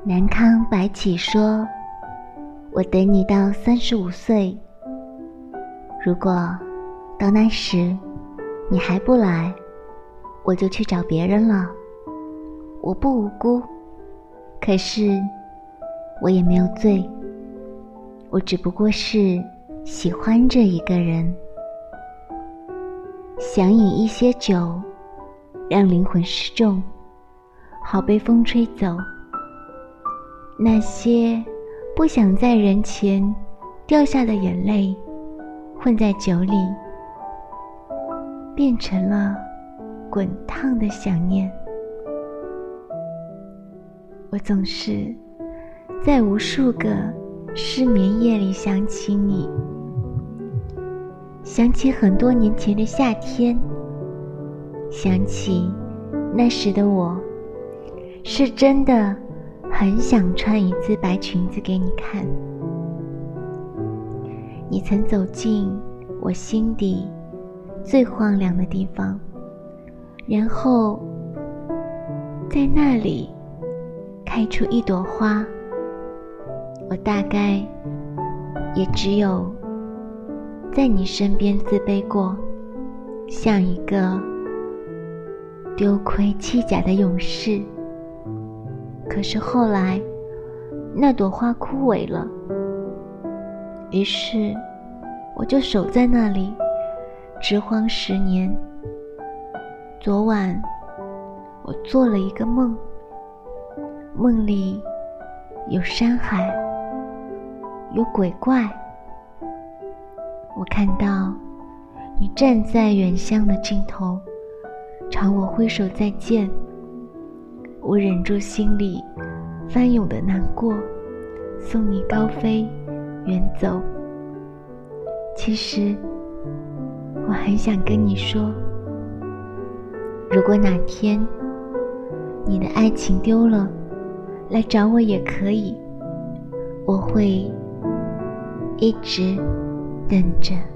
南康白起说，我等你到35岁，如果到那时你还不来，我就去找别人了。我不无辜，可是我也没有罪，我只不过是喜欢这一个人，想饮一些酒，让灵魂失重，好被风吹走。那些不想在人前掉下的眼泪，混在酒里，变成了滚烫的想念。我总是在无数个失眠夜里想起你，想起很多年前的夏天，想起那时的我，是真的很想穿一次白裙子给你看。你曾走进我心底最荒凉的地方，然后在那里开出一朵花。我大概也只有在你身边自卑过，像一个丢盔弃甲的勇士。可是后来那朵花枯萎了，于是我就守在那里直荒10年。昨晚我做了一个梦，梦里有山海，有鬼怪。我看到你站在远乡的尽头，朝我挥手再见。我忍住心里翻涌的难过，送你高飞远走。其实我很想跟你说，如果哪天你的爱情丢了，来找我也可以，我会一直等着。